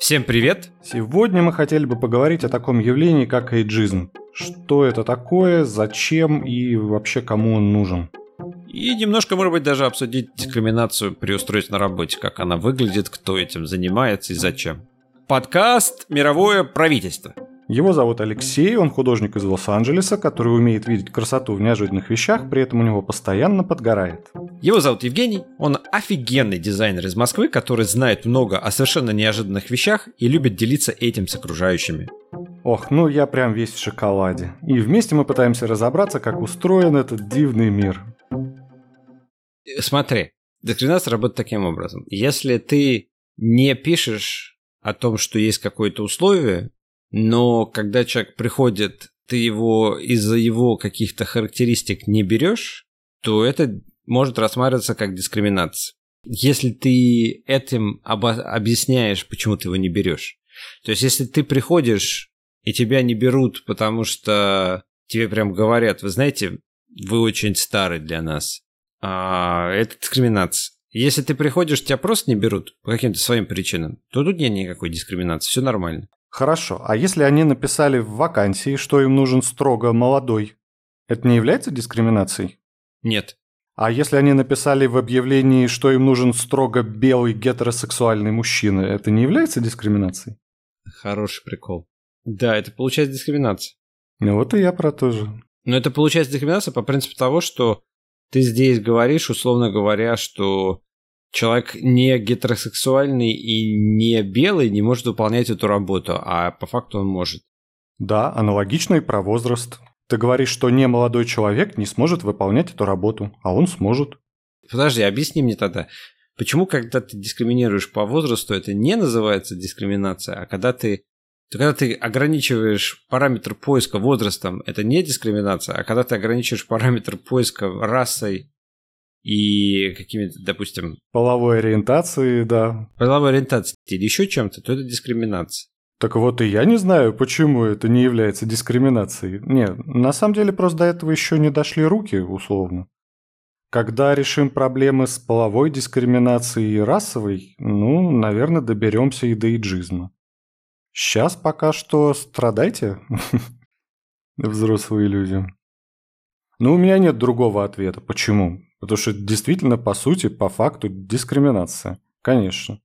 Всем привет! Сегодня мы хотели бы поговорить о таком явлении, как эйджизм. Что это такое, зачем и вообще кому он нужен? И немножко, может быть, даже обсудить дискриминацию при устройстве на работе, как она выглядит, кто этим занимается и зачем. Подкаст «Мировое правительство». Его зовут Алексей, он художник из Лос-Анджелеса, который умеет видеть красоту в неожиданных вещах, при этом у него постоянно подгорает. Его зовут Евгений, он офигенный дизайнер из Москвы, который знает много о совершенно неожиданных вещах и любит делиться этим с окружающими. Ох, ну я прям весь в шоколаде. И вместе мы пытаемся разобраться, как устроен этот дивный мир. Смотри, дискриминация работает таким образом. Если ты не пишешь о том, что есть какое-то условие, но когда человек приходит, ты его из-за его каких-то характеристик не берешь, то это может рассматриваться как дискриминация. Если ты этим объясняешь, почему ты его не берешь. То есть, если ты приходишь и тебя не берут, потому что тебе прям говорят, вы знаете, вы очень старый для нас, это дискриминация. Если ты приходишь, тебя просто не берут по каким-то своим причинам, то тут нет никакой дискриминации, все нормально. Хорошо, а если они написали в вакансии, что им нужен строго молодой, это не является дискриминацией? Нет. А если они написали в объявлении, что им нужен строго белый гетеросексуальный мужчина, это не является дискриминацией? Хороший прикол. Да, это получается дискриминация. Ну вот и я про то же. Но это получается дискриминация по принципу того, что ты здесь говоришь, условно говоря, что человек не гетеросексуальный и не белый не может выполнять эту работу, а по факту он может. Да, аналогично и про возраст. Ты говоришь, что не молодой человек не сможет выполнять эту работу, а он сможет. Подожди, объясни мне тогда, почему, когда ты дискриминируешь по возрасту, это не называется дискриминация, а когда ты ограничиваешь параметр поиска возрастом, это не дискриминация, а когда ты ограничиваешь параметр поиска расой и какими-то, допустим... половой ориентации, да. Половой ориентацией или еще чем-то, то это дискриминация. Так вот и я не знаю, почему это не является дискриминацией. Нет, на самом деле просто до этого еще не дошли руки, условно. Когда решим проблемы с половой дискриминацией и расовой, наверное, доберемся и до эйджизма. Сейчас пока что страдайте, взрослые люди. У меня нет другого ответа. Почему? Потому что это действительно, по сути, по факту, дискриминация. Конечно.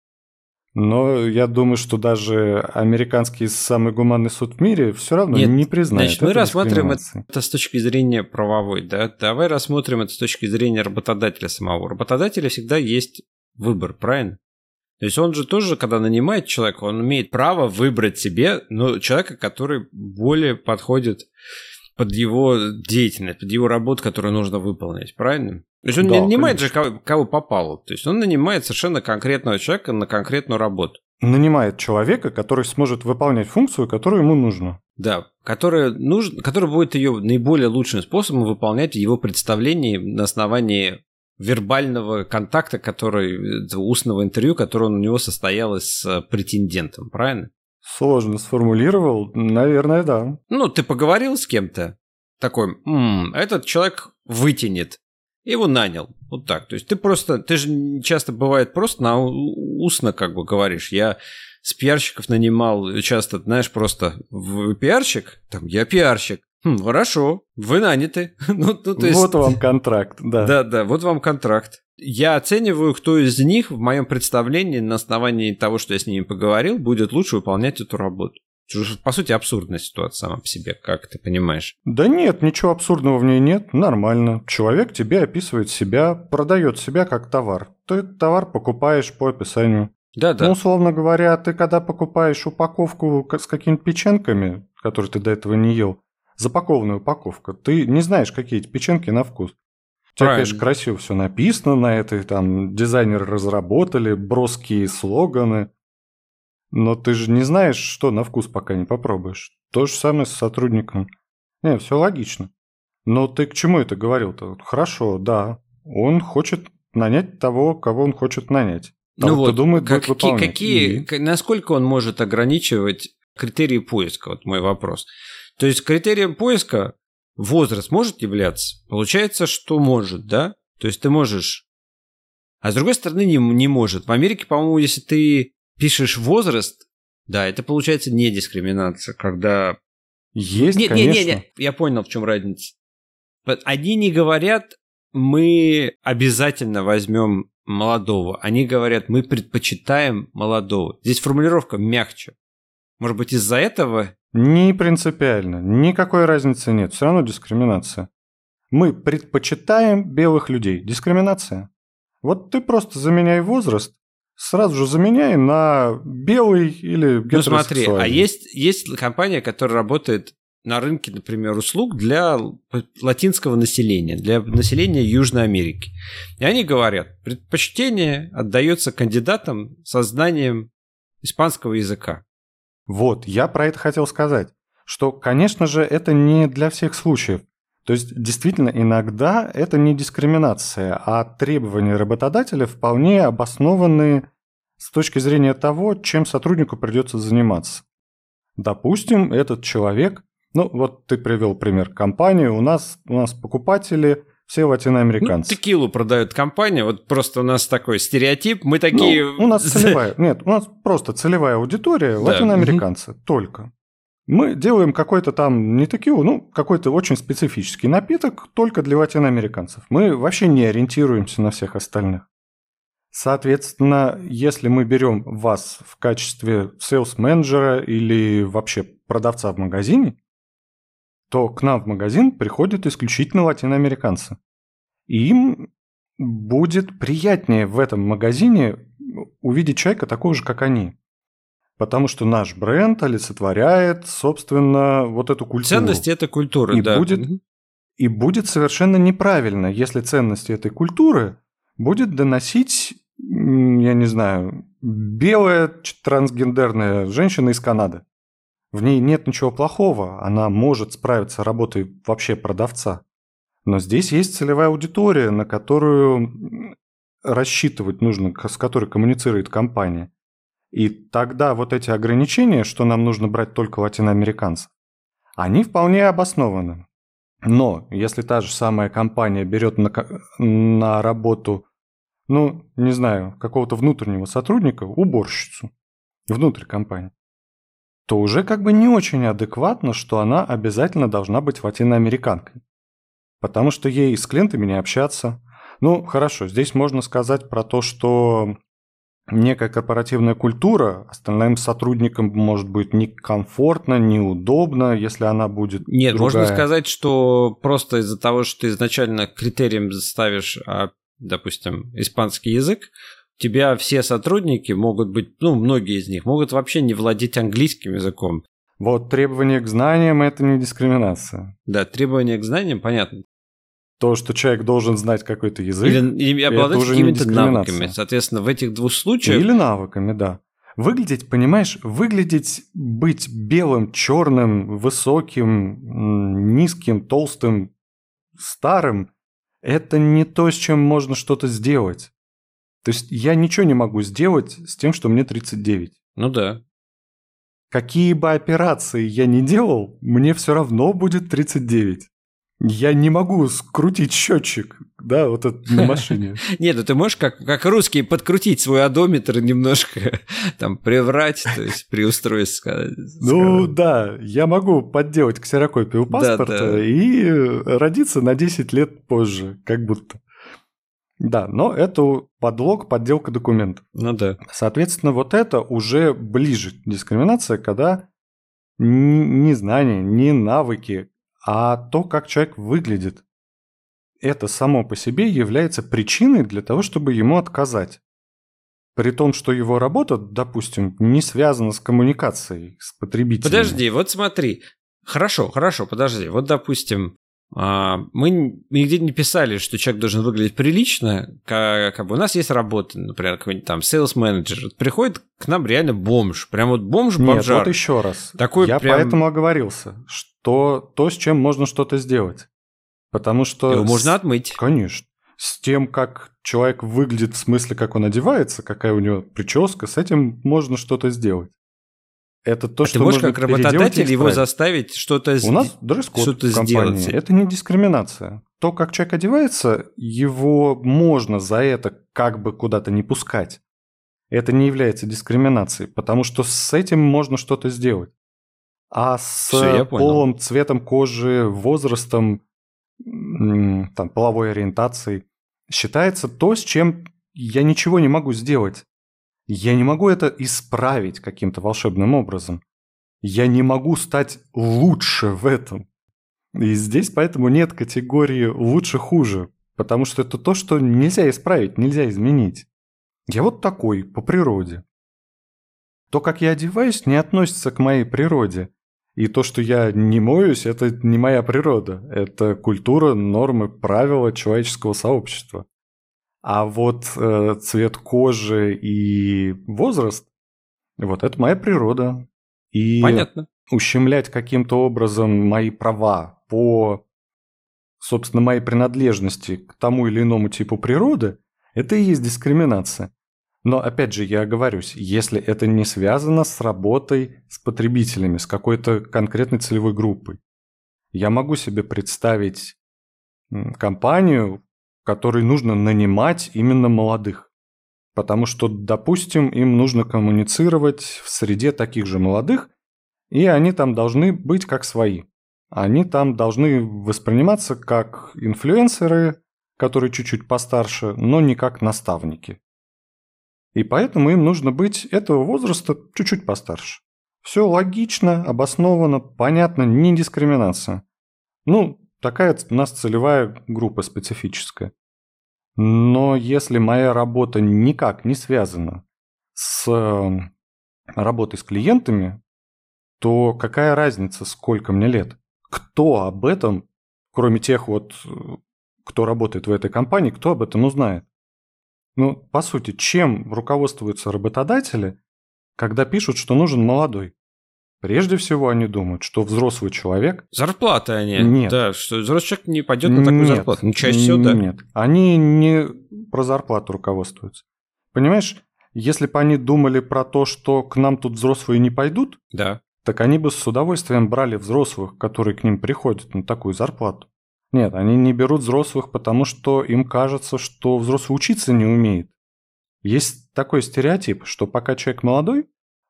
Но я думаю, что даже американский самый гуманный суд в мире все равно не признает. Значит, мы рассматриваем это с точки зрения правовой, да? Давай рассмотрим это с точки зрения работодателя самого. У работодателя всегда есть выбор, правильно? То есть он же тоже, когда нанимает человека, он имеет право выбрать себе человека, который более подходит под его деятельность, под его работу, которую нужно выполнять, правильно? То есть он не нанимает же кого попало. То есть он нанимает совершенно конкретного человека на конкретную работу. Нанимает человека, который сможет выполнять функцию, которую ему нужно. Да, который будет ее наиболее лучшим способом выполнять в его представлении на основании вербального контакта, устного интервью, которое у него состоялось с претендентом, правильно? Сложно сформулировал, наверное, да. Ты поговорил с кем-то, такой, этот человек вытянет, его нанял, вот так. То есть ты же часто бывает просто устно как бы говоришь, я с пиарщиков нанимал часто, знаешь, просто вы пиарщик? Я пиарщик. Хорошо, вы наняты. Вот вам контракт, да. Да, вот вам контракт. Я оцениваю, кто из них в моем представлении на основании того, что я с ними поговорил, будет лучше выполнять эту работу. По сути, абсурдная ситуация сама по себе, как ты понимаешь. Да нет, ничего абсурдного в ней нет, нормально. Человек тебе описывает себя, продает себя как товар. Ты этот товар покупаешь по описанию. Да. Условно говоря, ты когда покупаешь упаковку с какими-то печенками, которые ты до этого не ел, запакованная упаковка, ты не знаешь, какие эти печенки на вкус. У тебя, конечно, красиво все написано на этой, там дизайнеры разработали, броские слоганы, но ты же не знаешь, что на вкус, пока не попробуешь. То же самое с сотрудником. Все логично. Но ты к чему это говорил-то? Хорошо, да, он хочет нанять того, кого он хочет нанять. Того, кто думает, будет выполнять. Насколько он может ограничивать критерии поиска? Вот мой вопрос. То есть критерием поиска возраст может являться? Получается, что может, да? То есть ты можешь... А с другой стороны, не может. В Америке, по-моему, если ты пишешь возраст, да, это получается не дискриминация, когда... Есть, конечно. Нет, я понял, в чем разница. Они не говорят, мы обязательно возьмем молодого. Они говорят, мы предпочитаем молодого. Здесь формулировка мягче. Может быть, из-за этого... Не принципиально. Никакой разницы нет. Все равно дискриминация. Мы предпочитаем белых людей. Дискриминация. Вот ты просто заменяй возраст, сразу же заменяй на белый или гетеросексуальный. Ну смотри, есть компания, которая работает на рынке, например, услуг для латинского населения, для населения Южной Америки. И они говорят, предпочтение отдается кандидатам со знанием испанского языка. Вот, я про это хотел сказать, что, конечно же, это не для всех случаев. То есть, действительно, иногда это не дискриминация, а требования работодателя вполне обоснованы с точки зрения того, чем сотруднику придется заниматься. Допустим, этот человек, ну вот ты привел пример компании, у нас у все латиноамериканцы. Ну, текилу продает компания, вот просто у нас такой стереотип, мы такие... Ну, у нас просто целевая аудитория, латиноамериканцы, только. Мы делаем какой-то там не текилу, какой-то очень специфический напиток только для латиноамериканцев. Мы вообще не ориентируемся на всех остальных. Соответственно, если мы берем вас в качестве сейлс-менеджера или вообще продавца в магазине, то к нам в магазин приходят исключительно латиноамериканцы. И им будет приятнее в этом магазине увидеть человека такого же, как они. Потому что наш бренд олицетворяет, собственно, вот эту культуру. Ценности этой культуры, да. И будет совершенно неправильно, если ценности этой культуры будет доносить, я не знаю, белая трансгендерная женщина из Канады. В ней нет ничего плохого, она может справиться с работой вообще продавца. Но здесь есть целевая аудитория, на которую рассчитывать нужно, с которой коммуницирует компания. И тогда вот эти ограничения, что нам нужно брать только латиноамериканцев, они вполне обоснованы. Но если та же самая компания берет на работу, не знаю, какого-то внутреннего сотрудника, уборщицу, внутрь компании, то уже как бы не очень адекватно, что она обязательно должна быть латиноамериканкой. Потому что ей с клиентами не общаться. Ну, хорошо, здесь можно сказать про то, что некая корпоративная культура остальным сотрудникам может быть некомфортно, неудобно, если она будет Нет, другая. Можно сказать, что просто из-за того, что ты изначально критерием ставишь, допустим, испанский язык, у тебя все сотрудники могут быть, многие из них могут вообще не владеть английским языком. Вот требование к знаниям – это не дискриминация. Да, требование к знаниям, понятно. То, что человек должен знать какой-то язык, или обладать какими-то навыками. Соответственно, в этих двух случаях... Или навыками, да. Выглядеть, быть белым, черным, высоким, низким, толстым, старым – это не то, с чем можно что-то сделать. То есть я ничего не могу сделать с тем, что мне 39. Ну да. Какие бы операции я ни делал, мне все равно будет 39. Я не могу скрутить счетчик, да, вот это на машине. Нет, ты можешь как русские подкрутить свой одометр немножко, там, приврать, то есть при устройстве сказать. Да, я могу подделать ксерокопию паспорта и родиться на 10 лет позже, как будто. Да, но это подлог, подделка документов. Ну да. Соответственно, вот это уже ближе к дискриминации, когда не знания, не навыки, а то, как человек выглядит. Это само по себе является причиной для того, чтобы ему отказать. При том, что его работа, допустим, не связана с коммуникацией с потребителем. Подожди, вот смотри. Хорошо, подожди. Вот, допустим, мы нигде не писали, что человек должен выглядеть прилично. Как бы у нас есть работа, например, какой-нибудь там сейлс-менеджер. Приходит к нам реально бомж. Прям вот бомж-бомжар. Нет, вот еще раз. Такой я поэтому оговорился, что то, с чем можно что-то сделать. Потому что... Его можно отмыть. Конечно. С тем, как человек выглядит, в смысле, как он одевается, какая у него прическа, с этим можно что-то сделать. Это то, что ты можешь как работодатель его заставить что-то сделать. У нас дресс-код в компании. Это не дискриминация. То, как человек одевается, его можно за это как бы куда-то не пускать. это не является дискриминацией, потому что с этим можно что-то сделать. А с полом, цветом кожи, возрастом, там, половой ориентацией считается то, с чем я ничего не могу сделать. Я не могу это исправить каким-то волшебным образом. Я не могу стать лучше в этом. И здесь поэтому нет категории лучше-хуже, потому что это то, что нельзя исправить, нельзя изменить. Я вот такой, по природе. То, как я одеваюсь, не относится к моей природе. И то, что я не моюсь, это не моя природа. Это культура, нормы, правила человеческого сообщества. А вот цвет кожи и возраст, вот это моя природа. И понятно. Ущемлять каким-то образом мои права по, собственно, моей принадлежности к тому или иному типу природы, это и есть дискриминация. Но, опять же, я оговорюсь, если это не связано с работой с потребителями, с какой-то конкретной целевой группой. Я могу себе представить компанию, которой нужно нанимать именно молодых. Потому что, допустим, им нужно коммуницировать в среде таких же молодых, и они там должны быть как свои. Они там должны восприниматься как инфлюенсеры, которые чуть-чуть постарше, но не как наставники. И поэтому им нужно быть этого возраста чуть-чуть постарше. Все логично, обосновано, понятно, не дискриминация. Ну, такая у нас целевая группа специфическая. Но если моя работа никак не связана с работой с клиентами, то какая разница, сколько мне лет? Кто об этом, кроме тех вот, кто работает в этой компании, кто об этом узнает? Ну, по сути, чем руководствуются работодатели, когда пишут, что нужен молодой? Прежде всего они думают, что взрослый человек... Зарплаты они. Нет. Да, что взрослый человек не пойдет на такую зарплату. Ну, чаще всего, да. Нет, они не про зарплату руководствуются. Понимаешь, если бы они думали про то, что к нам тут взрослые не пойдут, да, так они бы с удовольствием брали взрослых, которые к ним приходят на такую зарплату. Нет, они не берут взрослых, потому что им кажется, что взрослый учиться не умеет. Есть такой стереотип, что пока человек молодой,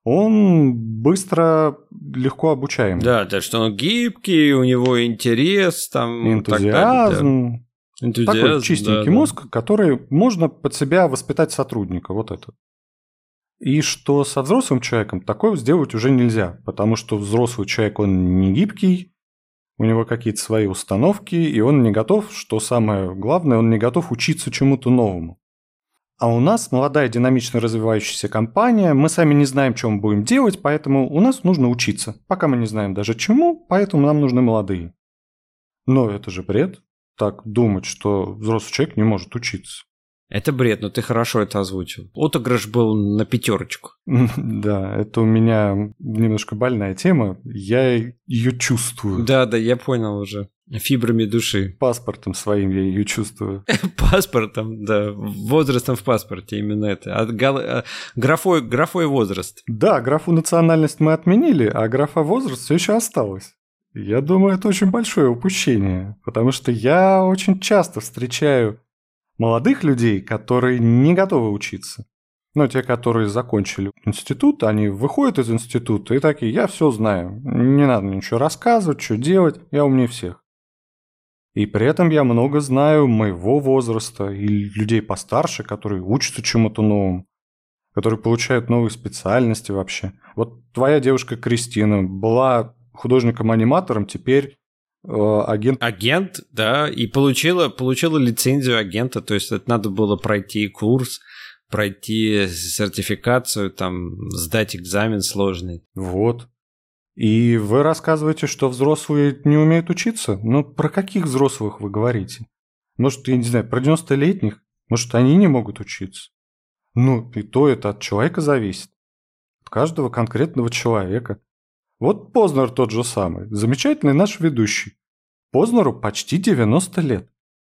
он быстро, легко обучаем. Да, что он гибкий, у него интерес, там... Энтузиазм. Энтузиазм, такой чистенький мозг, который можно под себя воспитать сотрудника, вот это. И что со взрослым человеком такое сделать уже нельзя, потому что взрослый человек, он не гибкий, у него какие-то свои установки, и он не готов, что самое главное, он не готов учиться чему-то новому. А у нас молодая, динамично развивающаяся компания, мы сами не знаем, что мы будем делать, поэтому у нас нужно учиться. Пока мы не знаем даже чему, поэтому нам нужны молодые. Но это же бред, так думать, что взрослый человек не может учиться. Это бред, но ты хорошо это озвучил. Отыгрыш был на 5. Да, это у меня немножко больная тема, я ее чувствую. Да, я понял уже. Фибрами души. Паспортом своим я ее чувствую. Паспортом, да. Возрастом в паспорте, именно это. Графой возраст. Да, графу национальность мы отменили, а графа возраст все еще осталась. Я думаю, это очень большое упущение, потому что я очень часто встречаю молодых людей, которые не готовы учиться. Но те, которые закончили институт, они выходят из института и такие: я все знаю, не надо ничего рассказывать, что делать, я умнее всех. И при этом я много знаю моего возраста и людей постарше, которые учатся чему-то новому, которые получают новые специальности вообще. Вот твоя девушка Кристина была художником-аниматором, теперь агент. Агент, да, и получила лицензию агента, то есть это надо было пройти курс, пройти сертификацию, там, сдать экзамен сложный. Вот. И вы рассказываете, что взрослые не умеют учиться? Ну, про каких взрослых вы говорите? Может, я не знаю, про 90-летних? Может, они не могут учиться? Ну, и то это от человека зависит. От каждого конкретного человека. Вот Познер тот же самый. Замечательный наш ведущий. Познеру почти 90 лет.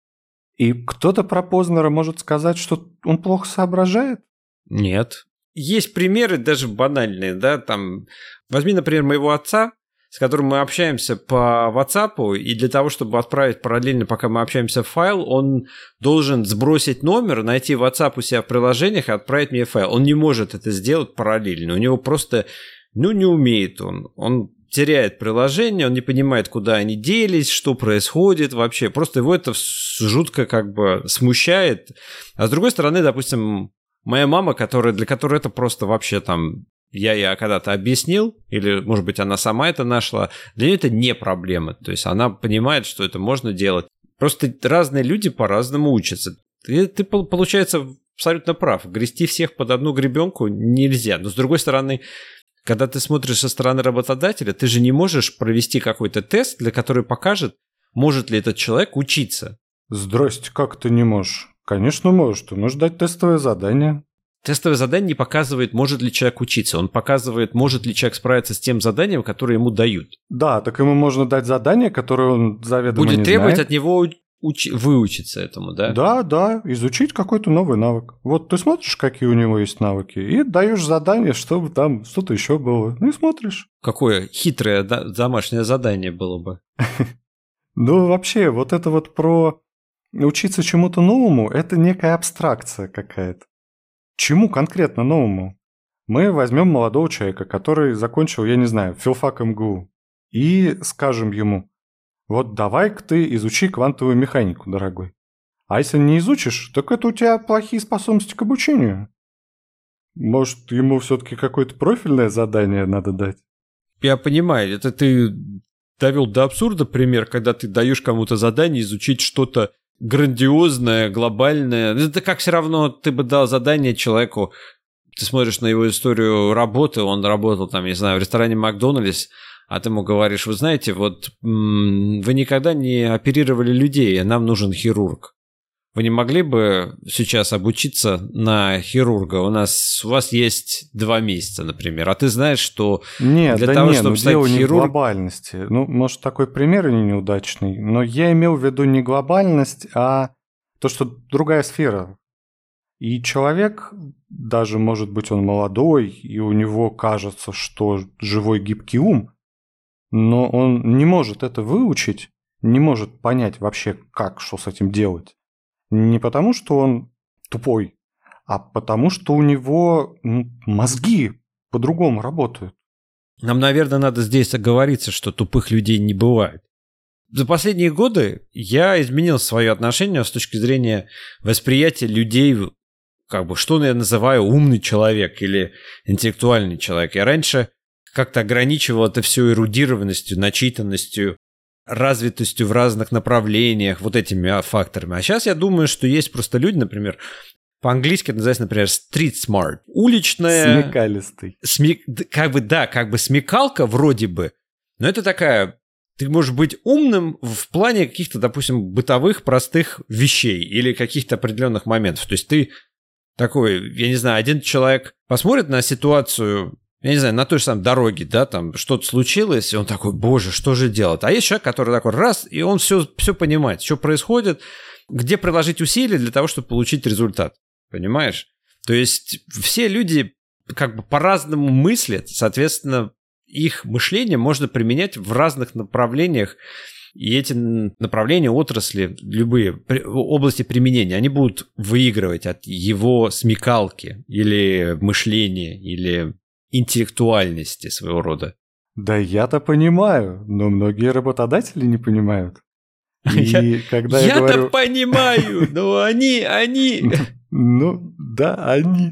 И кто-то про Познера может сказать, что он плохо соображает? Нет. Есть примеры даже банальные, да, там... Возьми, например, моего отца. с которым мы общаемся по WhatsApp, и для того, чтобы отправить параллельно, пока мы общаемся, файл, он должен сбросить номер, найти WhatsApp у себя в приложениях и отправить мне файл. Он не может это сделать параллельно. У него просто, не умеет он. Он теряет приложение, он не понимает, куда они делись, что происходит вообще. Просто его это жутко как бы смущает. А с другой стороны, допустим, моя мама, для которой это просто вообще там... Я когда-то объяснил, или, может быть, она сама это нашла, для нее это не проблема. То есть она понимает, что это можно делать. Просто разные люди по-разному учатся. И ты, получается, абсолютно прав. Грести всех под одну гребенку нельзя. Но, с другой стороны, когда ты смотришь со стороны работодателя, ты же не можешь провести какой-то тест, для который покажет, может ли этот человек учиться. Здрасте, как ты не можешь? Конечно, можешь. Ты можешь дать тестовое задание. Тестовое задание не показывает, может ли человек учиться. Он показывает, может ли человек справиться с тем заданием, которое ему дают. Да, так ему можно дать задание, которое он заведомо будет не требовать знает. от него выучиться этому, да? Да, изучить какой-то новый навык. Вот ты смотришь, какие у него есть навыки, и даешь задание, чтобы там что-то еще было. Ну и смотришь. Какое хитрое домашнее задание было бы. Ну, вообще, вот это вот про учиться чему-то новому, это некая абстракция какая-то. Чему конкретно новому? Мы возьмем молодого человека, который закончил, я не знаю, филфак МГУ, и скажем ему: вот давай-ка ты изучи квантовую механику, дорогой. А если не изучишь, так это у тебя плохие способности к обучению. Может, ему все-таки какое-то профильное задание надо дать? Я понимаю, это ты довел до абсурда пример, когда ты даешь кому-то задание изучить что-то грандиозное, глобальное. Это как все равно ты бы дал задание человеку, ты смотришь на его историю работы, он работал там, не знаю, в ресторане Макдональдс, а ты ему говоришь: вы знаете, вот вы никогда не оперировали людей, а нам нужен хирург. Вы не могли бы сейчас обучиться на хирурга? У вас есть 2 месяца, например. А ты знаешь, что для того, чтобы стать дело хирургом... не в глобальности. Ну, может, такой пример и неудачный, но я имел в виду не глобальность, а то, что другая сфера. И человек, даже, может быть, он молодой, и у него кажется, что живой гибкий ум, но он не может это выучить, не может понять вообще, как, что с этим делать. Не потому, что он тупой, а потому, что у него мозги по-другому работают. Нам, наверное, надо здесь оговориться, что тупых людей не бывает. За последние годы я изменил свое отношение с точки зрения восприятия людей, как бы, что я называю умный человек или интеллектуальный человек. Я раньше как-то ограничивал это все эрудированностью, начитанностью, развитостью в разных направлениях, вот этими факторами. А сейчас я думаю, что есть просто люди, например, по-английски это называется, например, street smart. Уличная... Смекалистый. Как бы смекалка вроде бы, но это такая... Ты можешь быть умным в плане каких-то, допустим, бытовых простых вещей или каких-то определенных моментов. То есть ты такой, я не знаю, один человек посмотрит на ситуацию... Я не знаю, на той же самой дороге, да, там что-то случилось, и он такой: боже, что же делать? А есть человек, который такой раз, и он все понимает, что происходит, где приложить усилия для того, чтобы получить результат. Понимаешь? То есть все люди как бы по-разному мыслят, соответственно, их мышление можно применять в разных направлениях, и эти направления, отрасли, любые области применения, они будут выигрывать от его смекалки или мышления, или... интеллектуальности своего рода. Да я-то понимаю, но многие работодатели не понимают. И когда я говорю... Я-то понимаю, но они... Ну, да, они...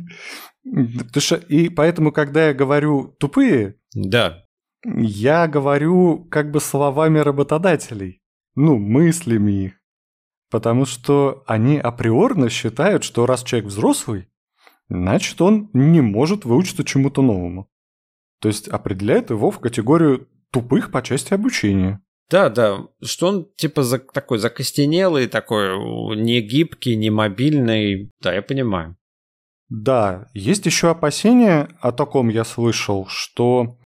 И поэтому, когда я говорю тупые, да, я говорю как бы словами работодателей, мыслями их. Потому что они априорно считают, что раз человек взрослый, значит, он не может выучиться чему-то новому. То есть определяет его в категорию тупых по части обучения. Да, что он типа такой закостенелый, такой не гибкий, не мобильный. Да, я понимаю. Да, есть еще опасения, о таком я слышал, что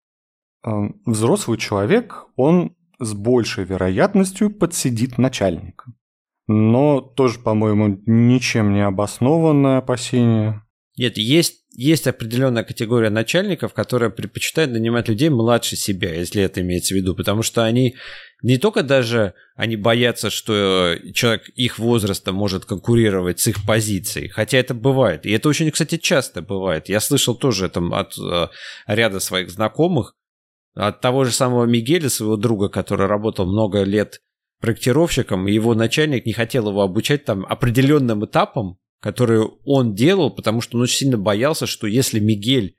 взрослый человек, он с большей вероятностью подсидит начальника. Но тоже, по-моему, ничем не обоснованное опасение. Нет, есть есть определенная категория начальников, которая предпочитает нанимать людей младше себя, если это имеется в виду, потому что они не только даже они боятся, что человек их возраста может конкурировать с их позицией, хотя это бывает, и это очень, кстати, часто бывает. Я слышал тоже это от ряда своих знакомых, от того же самого Мигеля, своего друга, который работал много лет проектировщиком, и его начальник не хотел его обучать там определенным этапам, которые он делал, потому что он очень сильно боялся, что если Мигель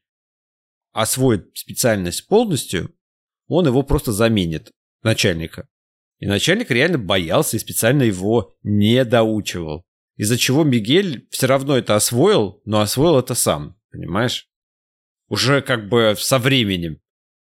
освоит специальность полностью, он его просто заменит, начальника. И начальник реально боялся и специально его не доучивал. Из-за чего Мигель все равно это освоил, но освоил это сам, понимаешь? Уже как бы со временем.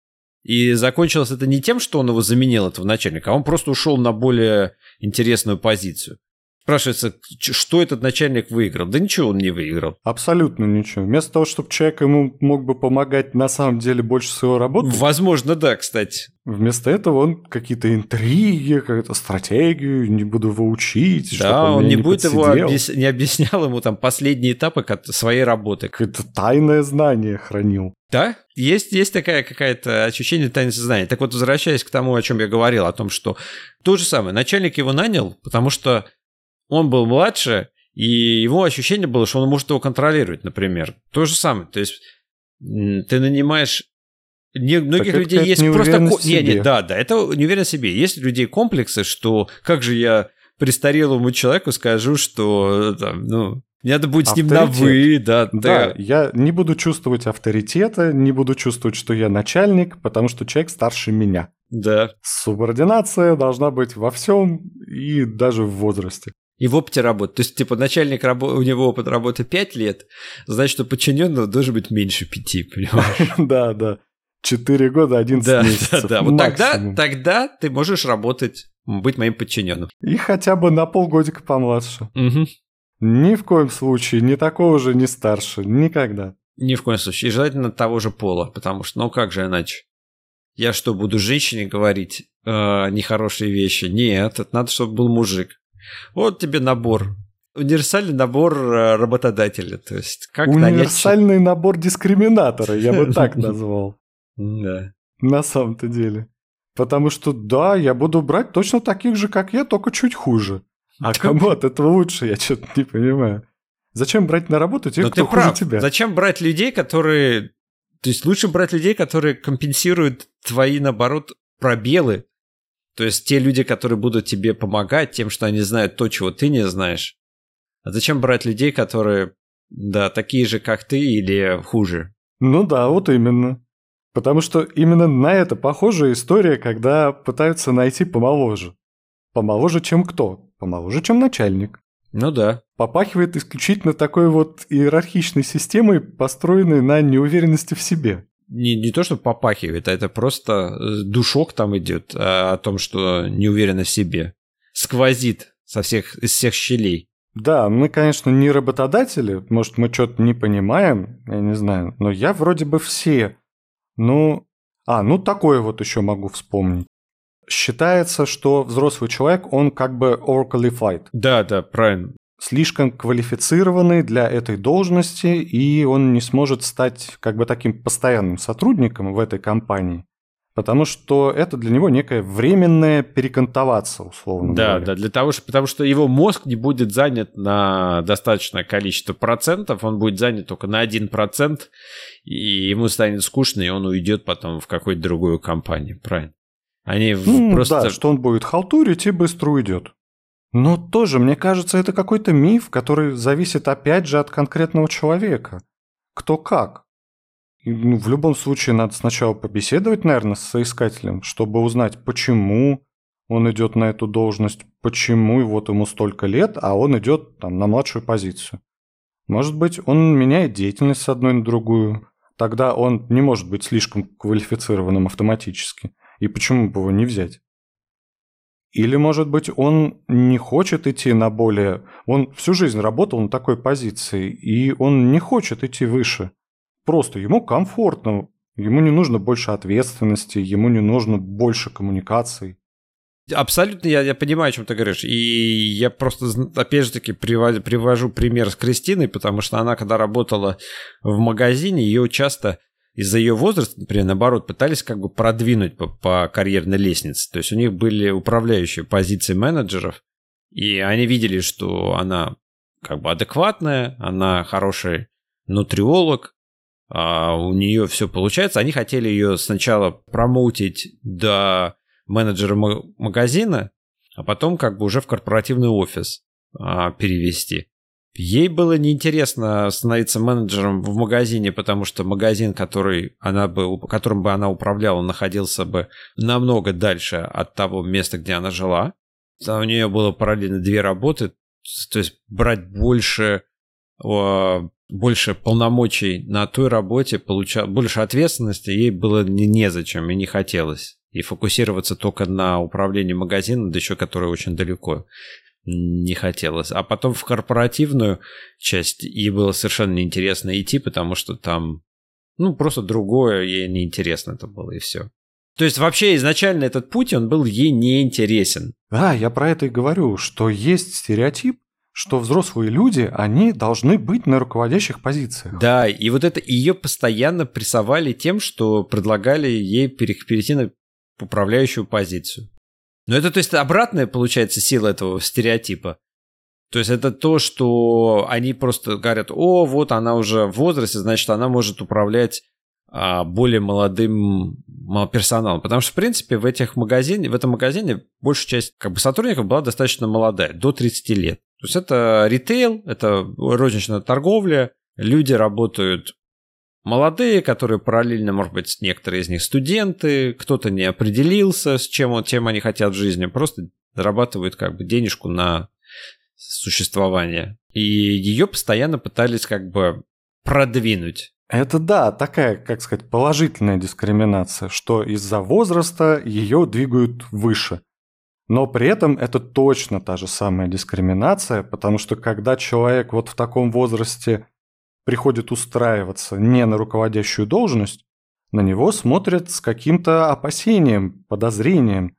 И закончилось это не тем, что он его заменил, этого начальника, а он просто ушел на более интересную позицию. Спрашивается, что этот начальник выиграл? Да ничего он не выиграл. Абсолютно ничего. Вместо того, чтобы человек ему мог бы помогать на самом деле больше своего работать. Возможно, да, кстати. Вместо этого он какие-то интриги, какую-то стратегию, не буду его учить. Да, он не будет его не объяснял ему там последние этапы своей работы. Какое-то тайное знание хранил. Да, есть такая какая-то ощущение тайного знания. Так вот, возвращаясь к тому, о чем я говорил, о том, что то же самое, начальник его нанял, потому что он был младше, и его ощущение было, что он может его контролировать, например. То же самое, то есть ты нанимаешь... Многих людей есть просто... Да, это неуверенность в себе. Есть у людей комплексы, что как же я престарелому человеку скажу, что там, мне надо будет с ним на «вы». Да, я не буду чувствовать авторитета, не буду чувствовать, что я начальник, потому что человек старше меня. Да. Субординация должна быть во всем и даже в возрасте. И в опыте работы. То есть, типа, начальник, у него опыт работы 5 лет, значит, что подчиненного должен быть меньше 5, понимаешь? Да. 4 года, 11 месяцев. Да. Вот тогда ты можешь работать, быть моим подчиненным. И хотя бы на полгодика помладше. Угу. Ни в коем случае, ни такого же, ни старше. Никогда. Ни в коем случае. И желательно того же пола, потому что, как же иначе? Я что, буду женщине говорить нехорошие вещи? Нет, это надо, чтобы был мужик. Вот тебе набор. Универсальный набор работодателя. То есть, как универсальный набор дискриминатора, я бы так назвал. Да. На самом-то деле. Потому что, да, я буду брать точно таких же, как я, только чуть хуже. А кому от этого лучше, я что-то не понимаю. Зачем брать на работу тех, кто хуже тебя? Зачем брать людей, которые... То есть, лучше брать людей, которые компенсируют твои, наоборот, пробелы. То есть те люди, которые будут тебе помогать тем, что они знают то, чего ты не знаешь. А зачем брать людей, которые, да, такие же, как ты, или хуже? Ну да, вот именно. Потому что именно на это похожая история, когда пытаются найти помоложе. Помоложе, чем кто? Помоложе, чем начальник. Ну да. Попахивает исключительно такой вот иерархичной системой, построенной на неуверенности в себе. Не то, что попахивает, а это просто душок там идет о том, что не уверена в себе. Сквозит из всех щелей. Да, мы, конечно, не работодатели, может, мы что-то не понимаем, я не знаю, но я вроде бы все. Такое вот еще могу вспомнить. Считается, что взрослый человек, он как бы overqualified. Да, правильно. Слишком квалифицированный для этой должности, и он не сможет стать как бы таким постоянным сотрудником в этой компании, потому что это для него некое временное перекантоваться, условно говоря. Да, потому что его мозг не будет занят на достаточное количество процентов, он будет занят только на 1%, и ему станет скучно, и он уйдет потом в какую-то другую компанию, правильно? Да, что он будет халтурить и быстро уйдет. Но тоже, мне кажется, это какой-то миф, который зависит опять же от конкретного человека. Кто как. В любом случае надо сначала побеседовать, наверное, с соискателем, чтобы узнать, почему он идет на эту должность, почему вот ему столько лет, а он идет там на младшую позицию. Может быть, он меняет деятельность с одной на другую, тогда он не может быть слишком квалифицированным автоматически. И почему бы его не взять? Или, может быть, он не хочет идти на более... Он всю жизнь работал на такой позиции, и он не хочет идти выше. Просто ему комфортно, ему не нужно больше ответственности, ему не нужно больше коммуникаций. Абсолютно я понимаю, о чем ты говоришь. И я просто, опять же таки, привожу пример с Кристиной, потому что она, когда работала в магазине, ее часто из-за ее возраста, например, наоборот, пытались как бы продвинуть по карьерной лестнице. То есть у них были управляющие позиции менеджеров, и они видели, что она как бы адекватная, она хороший нутриолог, а у нее все получается. Они хотели ее сначала промоутить до менеджера магазина, а потом как бы уже в корпоративный офис перевести. Ей было неинтересно становиться менеджером в магазине, потому что магазин, которым бы она управляла, находился бы намного дальше от того места, где она жила. У нее было параллельно 2 работы, то есть брать больше полномочий на той работе, больше ответственности ей было незачем и не хотелось. И фокусироваться только на управлении магазином, да еще которое очень далеко, не хотелось. А потом в корпоративную часть ей было совершенно неинтересно идти, потому что там, просто другое ей неинтересно это было, и все. То есть вообще изначально этот путь, он был ей неинтересен. Да, я про это и говорю, что есть стереотип, что взрослые люди, они должны быть на руководящих позициях. Да, и вот это ее постоянно прессовали тем, что предлагали ей перейти на управляющую позицию. Но это, то есть, обратная, получается, сила этого стереотипа. То есть это то, что они просто говорят: о, вот она уже в возрасте, значит, она может управлять более молодым персоналом. Потому что, в принципе, в этом магазине большая часть как бы сотрудников была достаточно молодая, до 30 лет. То есть это ритейл, это розничная торговля, люди работают молодые, которые параллельно, может быть, некоторые из них студенты, кто-то не определился, с чем они хотят в жизни, просто зарабатывают как бы денежку на существование. И ее постоянно пытались как бы продвинуть. Это да, такая, как сказать, положительная дискриминация, что из-за возраста ее двигают выше. Но при этом это точно та же самая дискриминация, потому что когда человек вот в таком возрасте приходит устраиваться не на руководящую должность, на него смотрят с каким-то опасением, подозрением,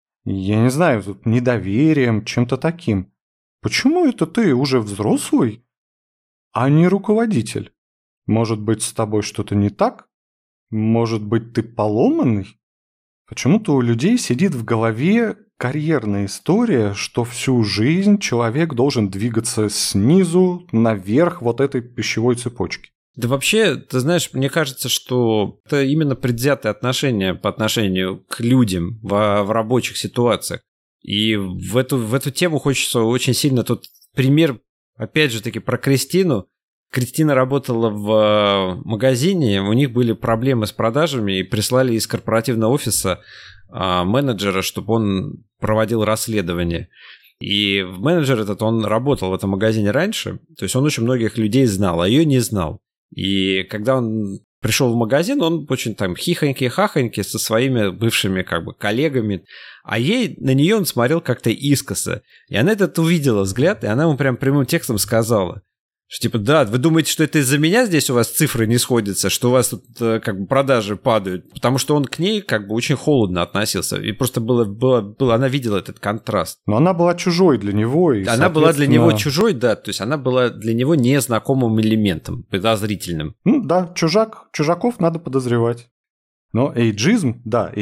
я не знаю, недоверием, чем-то таким. Почему это ты уже взрослый, а не руководитель? Может быть, с тобой что-то не так? Может быть, ты поломанный? Почему-то у людей сидит в голове карьерная история, что всю жизнь человек должен двигаться снизу наверх вот этой пищевой цепочки. Да вообще, ты знаешь, мне кажется, что это именно предвзятое отношение по отношению к людям в рабочих ситуациях. И в эту тему хочется очень сильно тот пример, опять же таки, про Кристину. Кристина работала в магазине, у них были проблемы с продажами, и прислали из корпоративного офиса менеджера, чтобы он проводил расследование. И менеджер этот, он работал в этом магазине раньше, то есть он очень многих людей знал, а ее не знал. И когда он пришел в магазин, он очень там хихоньки-хахоньки со своими бывшими как бы коллегами, а на нее он смотрел как-то искоса. И она этот увидела взгляд, и она ему прям прямым текстом сказала, что типа, да, вы думаете, что это из-за меня здесь у вас цифры не сходятся, что у вас тут как бы продажи падают, потому что он к ней как бы очень холодно относился, и просто она видела этот контраст. Но она была чужой для него. И, она была для него чужой, да, то есть она была для него незнакомым элементом, подозрительным. Да, чужаков надо подозревать. Но эйджизм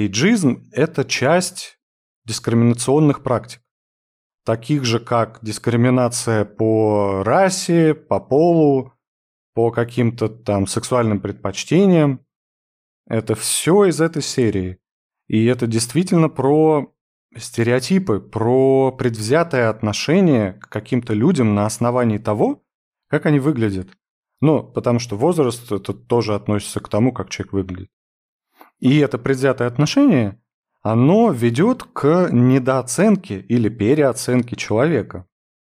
– это часть дискриминационных практик. Таких же, как дискриминация по расе, по полу, по каким-то там сексуальным предпочтениям. Это все из этой серии. И это действительно про стереотипы, про предвзятое отношение к каким-то людям на основании того, как они выглядят. Потому что возраст это тоже относится к тому, как человек выглядит. И это предвзятое отношение – оно ведет к недооценке или переоценке человека.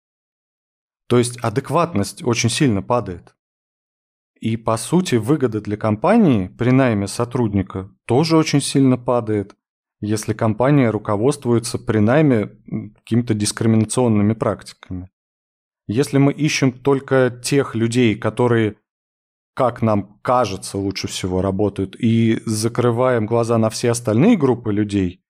То есть адекватность очень сильно падает. И, по сути, выгода для компании при найме сотрудника тоже очень сильно падает, если компания руководствуется при найме какими-то дискриминационными практиками. Если мы ищем только тех людей, которые, как нам кажется, лучше всего работают, и закрываем глаза на все остальные группы людей,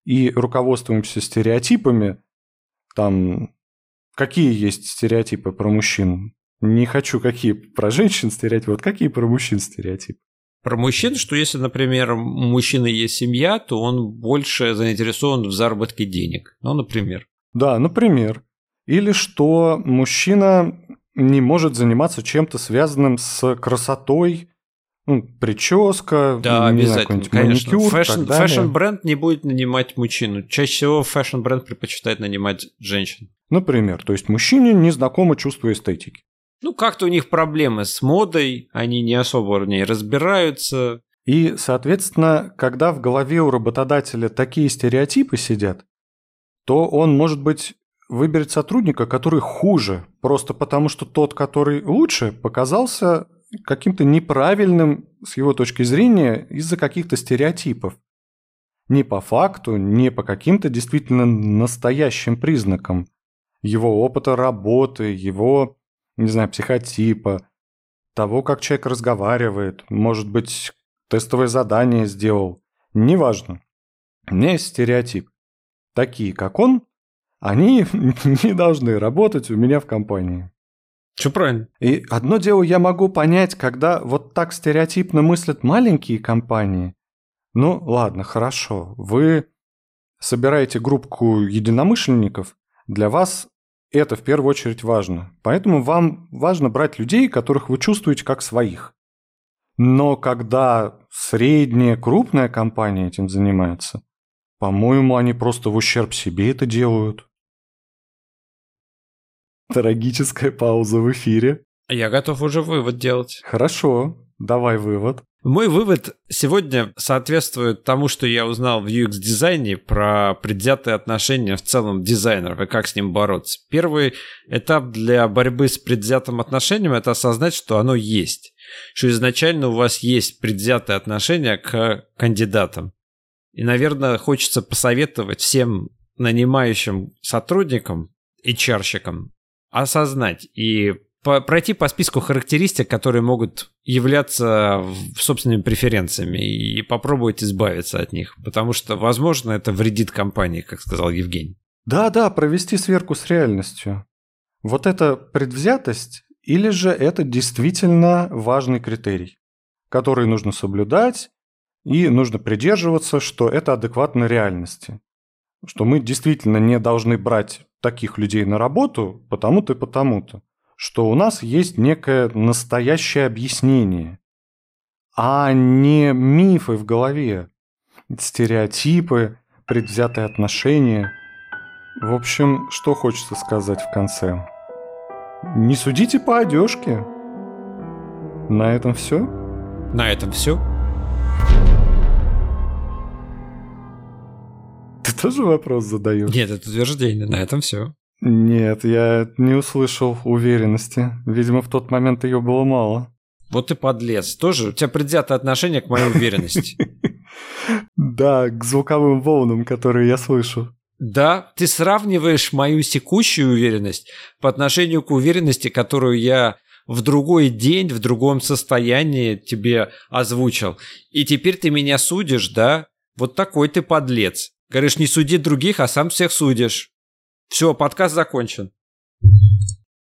и руководствуемся стереотипами, там, какие есть стереотипы про мужчин? Не хочу какие про женщин стереотипы, вот какие про мужчин стереотипы? Про мужчин, что если, например, у мужчины есть семья, то он больше заинтересован в заработке денег. Ну, например. Да, например. Или что мужчина не может заниматься чем-то связанным с красотой, прическа, да, не обязательно, знаю, маникюр, фэшн-бренд не будет нанимать мужчину. Чаще всего фэшн-бренд предпочитает нанимать женщин. Например, то есть мужчине не знакомо чувство эстетики. Ну, как-то у них проблемы с модой, они не особо в ней разбираются. И, соответственно, когда в голове у работодателя такие стереотипы сидят, то он, может быть, выберет сотрудника, который хуже, просто потому что тот, который лучше, показался каким-то неправильным с его точки зрения из-за каких-то стереотипов. Не по факту, не по каким-то действительно настоящим признакам его опыта работы, его, не знаю, психотипа, того, как человек разговаривает, может быть, тестовое задание сделал. Неважно. У меня есть стереотип. Такие, как он, они не должны работать у меня в компании. Все правильно. И одно дело я могу понять, когда вот так стереотипно мыслят маленькие компании. Ну, ладно, хорошо. Вы собираете группку единомышленников, для вас это в первую очередь важно. Поэтому вам важно брать людей, которых вы чувствуете как своих. Но когда средняя, крупная компания этим занимается, по-моему, они просто в ущерб себе это делают. Трагическая пауза в эфире. Я готов уже вывод делать. Хорошо, давай вывод. Мой вывод сегодня соответствует тому, что я узнал в UX-дизайне про предвзятые отношения в целом дизайнеров и как с ним бороться. Первый этап для борьбы с предвзятым отношением – это осознать, что оно есть. Что изначально у вас есть предвзятое отношение к кандидатам. И, наверное, хочется посоветовать всем нанимающим сотрудникам, HR-щикам, осознать и пройти по списку характеристик, которые могут являться собственными преференциями, и попробовать избавиться от них, потому что, возможно, это вредит компании, как сказал Евгений. Да, провести сверку с реальностью. Вот это предвзятость или же это действительно важный критерий, который нужно соблюдать и нужно придерживаться, что это адекватно реальности. Что мы действительно не должны брать таких людей на работу потому-то и потому-то. Что у нас есть некое настоящее объяснение, а не мифы в голове, стереотипы, предвзятые отношения. В общем, что хочется сказать в конце? Не судите по одежке. На этом все? На этом все. Ты тоже вопрос задаешь? Нет, это утверждение. На этом все. Нет, я не услышал уверенности. Видимо, в тот момент ее было мало. Вот ты подлец. Тоже у тебя предвзятое отношение к моей уверенности. Да, к звуковым волнам, которые я слышу. Да, ты сравниваешь мою текущую уверенность по отношению к уверенности, которую я в другой день, в другом состоянии тебе озвучил. И теперь ты меня судишь, да? Вот такой ты подлец. Говоришь, не суди других, а сам всех судишь. Все, подкаст закончен.